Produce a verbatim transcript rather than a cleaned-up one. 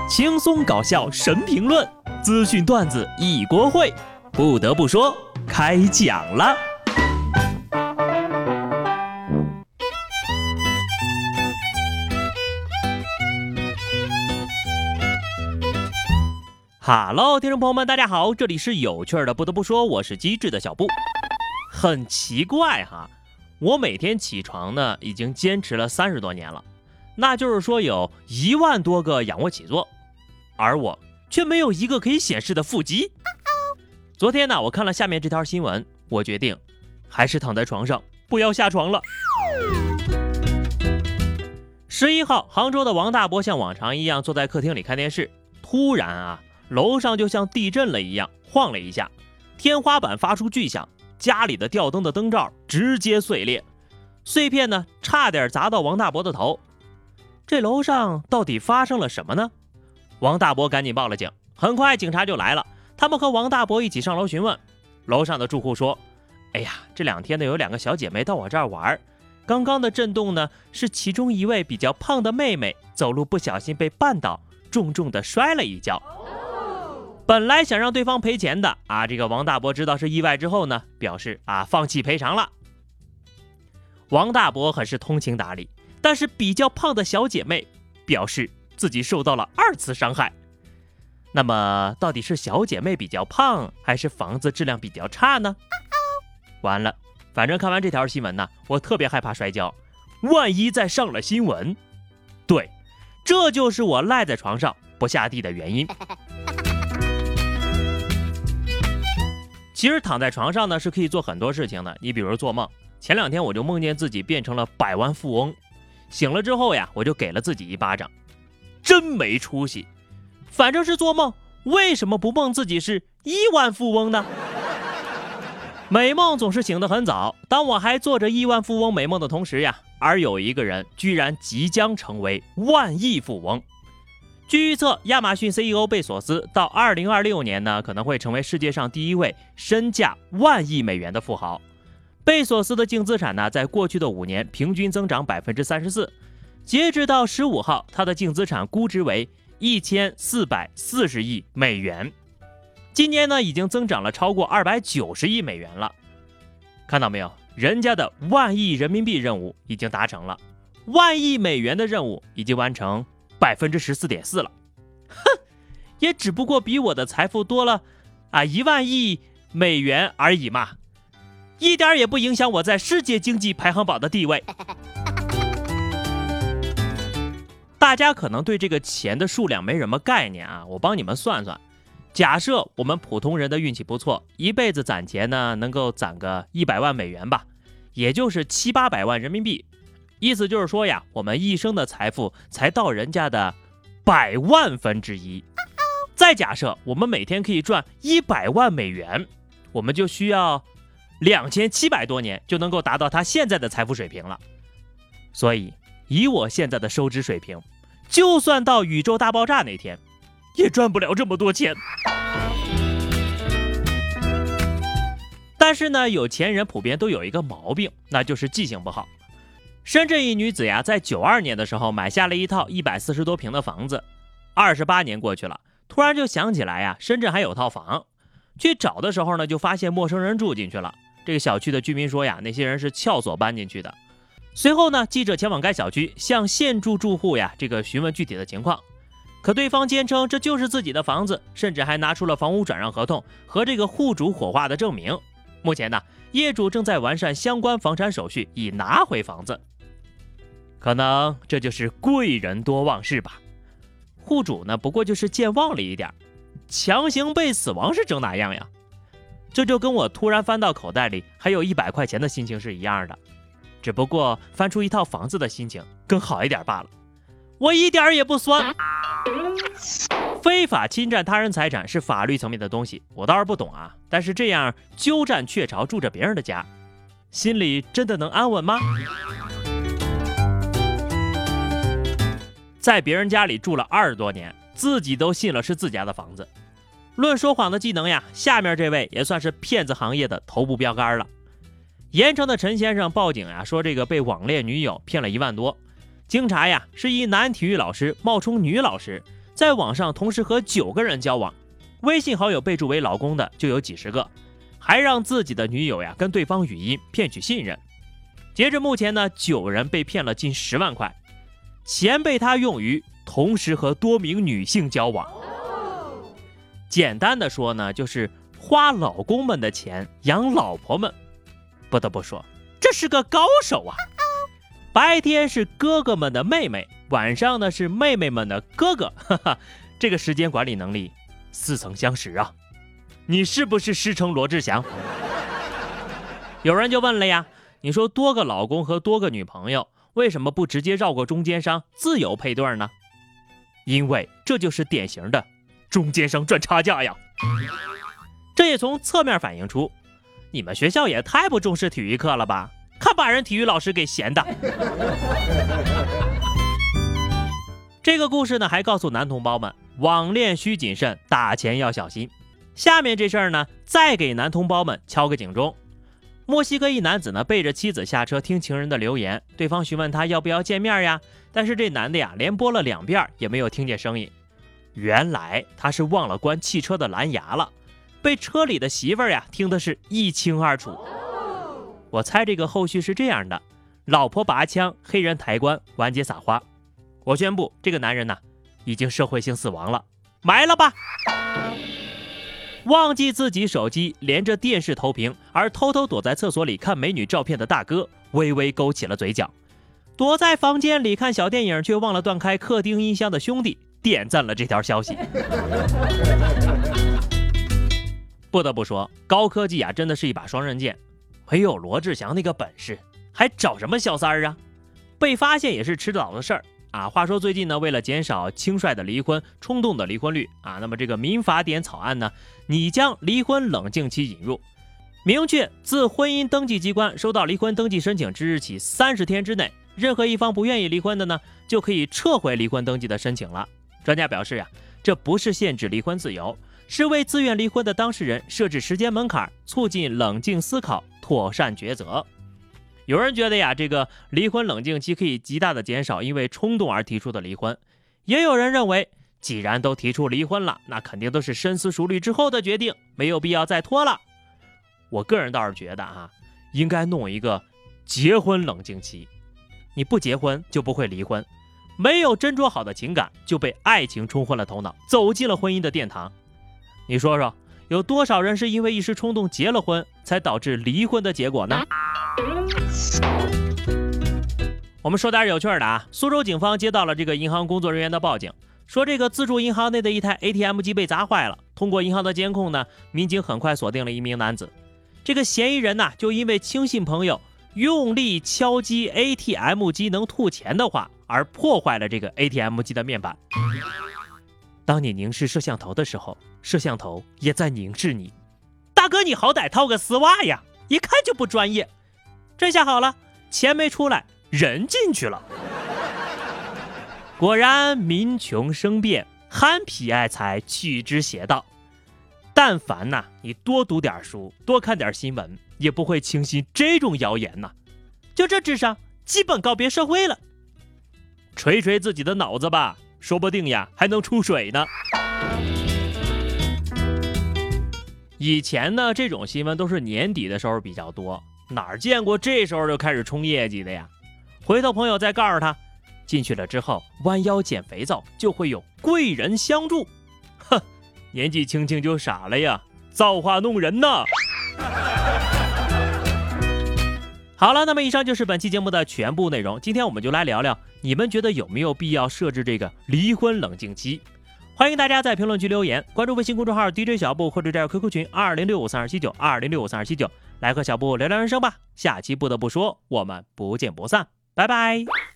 轻松搞笑神评论，资讯段子一锅烩。不得不说，开讲了。哈喽，听众朋友们，大家好，这里是有趣的。不得不说，我是机智的小布。很奇怪哈，我每天起床呢，已经坚持了三十多年了，那就是说有一万多个仰卧起坐，而我却没有一个可以显示的腹肌。昨天呢，我看了下面这条新闻，我决定还是躺在床上，不要下床了。十一号，杭州的王大伯像往常一样坐在客厅里看电视，突然啊，楼上就像地震了一样晃了一下，天花板发出巨响，家里的吊灯的灯罩直接碎裂，碎片呢差点砸到王大伯的头。这楼上到底发生了什么呢？王大伯赶紧报了警，很快警察就来了，他们和王大伯一起上楼询问。楼上的住户说，哎呀，这两天呢有两个小姐妹到我这儿玩，刚刚的震动呢是其中一位比较胖的妹妹走路不小心被绊倒，重重的摔了一跤。本来想让对方赔钱的啊，这个王大伯知道是意外之后呢，表示啊放弃赔偿了。王大伯很是通情达理，但是比较胖的小姐妹表示自己受到了二次伤害。那么到底是小姐妹比较胖，还是房子质量比较差呢？完了，反正看完这条新闻呢，我特别害怕摔跤，万一再上了新闻，对，这就是我赖在床上不下地的原因。其实躺在床上呢是可以做很多事情的，你比如做梦。前两天我就梦见自己变成了百万富翁，醒了之后呀，我就给了自己一巴掌，真没出息。反正是做梦，为什么不梦自己是亿万富翁呢？美梦总是醒得很早，当我还做着亿万富翁美梦的同时呀，而有一个人居然即将成为万亿富翁。据预测，亚马逊 C E O 贝索斯到二零二六年呢，可能会成为世界上第一位身价万亿美元的富豪。贝索斯的净资产呢，在过去的五年平均增长 百分之三十四， 截止到十五号，他的净资产估值为一千四百四十亿美元。今年呢，已经增长了超过二百九十亿美元了。看到没有，人家的万亿人民币任务已经达成了，万亿美元的任务已经完成百分之十四点四了，哼，也只不过比我的财富多了啊一万亿美元而已嘛，一点也不影响我在世界经济排行榜的地位。大家可能对这个钱的数量没什么概念啊，我帮你们算算。假设我们普通人的运气不错，一辈子攒钱呢，能够攒个一百万美元吧，也就是七八百万人民币。意思就是说呀，我们一生的财富才到人家的百万分之一。再假设我们每天可以赚一百万美元，我们就需要两千七百多年就能够达到他现在的财富水平了。所以以我现在的收支水平，就算到宇宙大爆炸那天也赚不了这么多钱。但是呢，有钱人普遍都有一个毛病，那就是记性不好。深圳一女子呀，在九二年的时候买下了一套一百四十多平的房子，二十八年过去了，突然就想起来呀，深圳还有套房。去找的时候呢，就发现陌生人住进去了。这个小区的居民说呀，那些人是撬锁搬进去的。随后呢，记者前往该小区，向现住住户呀这个询问具体的情况。可对方坚称这就是自己的房子，甚至还拿出了房屋转让合同和这个户主火化的证明。目前呢，业主正在完善相关房产手续，以拿回房子。可能这就是贵人多忘事吧，户主呢不过就是健忘了一点，强行被死亡是整哪样呀？这就跟我突然翻到口袋里还有一百块钱的心情是一样的，只不过翻出一套房子的心情更好一点罢了。我一点也不酸。非法侵占他人财产是法律层面的东西，我倒是不懂啊，但是这样鸠占鹊巢住着别人的家，心里真的能安稳吗？在别人家里住了二十多年，自己都信了是自家的房子。论说谎的技能呀，下面这位也算是骗子行业的头部标杆了。盐城的陈先生报警呀，说这个被网恋女友骗了一万多。经查呀，是一男体育老师冒充女老师， 在网上同时和九个人交往，微信好友备注为老公的就有几十个，还让自己的女友呀跟对方语音骗取信任。截至目前呢，九人被骗了近十万块，钱被他用于同时和多名女性交往。简单的说呢，就是花老公们的钱养老婆们。不得不说，这是个高手啊！白天是哥哥们的妹妹，晚上呢是妹妹们的哥哥，哈哈，这个时间管理能力似曾相识啊！你是不是师承罗志祥？有人就问了呀，你说多个老公和多个女朋友，为什么不直接绕过中间商自由配对呢？因为这就是典型的中间商赚差价呀。这也从侧面反映出，你们学校也太不重视体育课了吧，看把人体育老师给闲的。这个故事呢，还告诉男同胞们，网恋需谨慎，打钱要小心。下面这事儿呢，再给男同胞们敲个警钟。墨西哥一男子呢，背着妻子下车听情人的留言，对方询问他要不要见面呀，但是这男的呀，连拨了两遍也没有听见声音。原来他是忘了关汽车的蓝牙了，被车里的媳妇儿呀听的是一清二楚。我猜这个后续是这样的：老婆拔枪，黑人抬棺，完结撒花。我宣布，这个男人呢，已经社会性死亡了，埋了吧。忘记自己手机连着电视投屏，而偷偷躲在厕所里看美女照片的大哥微微勾起了嘴角。躲在房间里看小电影却忘了断开客厅音箱的兄弟点赞了这条消息。不得不说，高科技啊，真的是一把双刃剑。没有罗志祥那个本事，还找什么小三儿啊？被发现也是迟早的事儿啊。话说最近呢，为了减少轻率的离婚、冲动的离婚率啊，那么这个民法典草案呢，拟将离婚冷静期引入，明确自婚姻登记机关收到离婚登记申请之日起三十天之内，任何一方不愿意离婚的呢，就可以撤回离婚登记的申请了。专家表示呀、啊，这不是限制离婚自由，是为自愿离婚的当事人设置时间门槛，促进冷静思考，妥善抉择。有人觉得呀，这个离婚冷静期可以极大的减少因为冲动而提出的离婚，也有人认为，既然都提出离婚了，那肯定都是深思熟虑之后的决定，没有必要再拖了。我个人倒是觉得啊，应该弄一个结婚冷静期，你不结婚就不会离婚，没有斟酌好的情感就被爱情冲昏了头脑，走进了婚姻的殿堂。你说说，有多少人是因为一时冲动结了婚，才导致离婚的结果呢？我们说点有趣的啊，苏州警方接到了这个银行工作人员的报警，说这个自助银行内的一台 A T M 机被砸坏了。通过银行的监控呢，民警很快锁定了一名男子。这个嫌疑人呢，就因为轻信朋友用力敲击 A T M 机能吐钱的话，而破坏了这个 A T M 机的面板。当你凝视摄像头的时候，摄像头也在凝视你。大哥，你好歹套个丝袜呀，一看就不专业。这下好了，钱没出来，人进去了。果然民穷生变，憨皮爱财，取之邪道。但凡呐、啊，你多读点书，多看点新闻，也不会轻信这种谣言呐。就这智商，基本告别社会了。捶捶自己的脑子吧，说不定呀还能出水呢。以前呢，这种新闻都是年底的时候比较多，哪儿见过这时候就开始冲业绩的呀？回头朋友再告诉他，进去了之后弯腰捡肥皂就会有贵人相助。哼，年纪轻轻就傻了呀，造化弄人呐。好了，那么以上就是本期节目的全部内容。今天我们就来聊聊，你们觉得有没有必要设置这个离婚冷静期？欢迎大家在评论区留言，关注微信公众号 D J 小布或者加入 Q Q 群二零六五三二七九二零六五三二七九，来和小布聊聊人生吧。下期不得不说，我们不见不散，拜拜。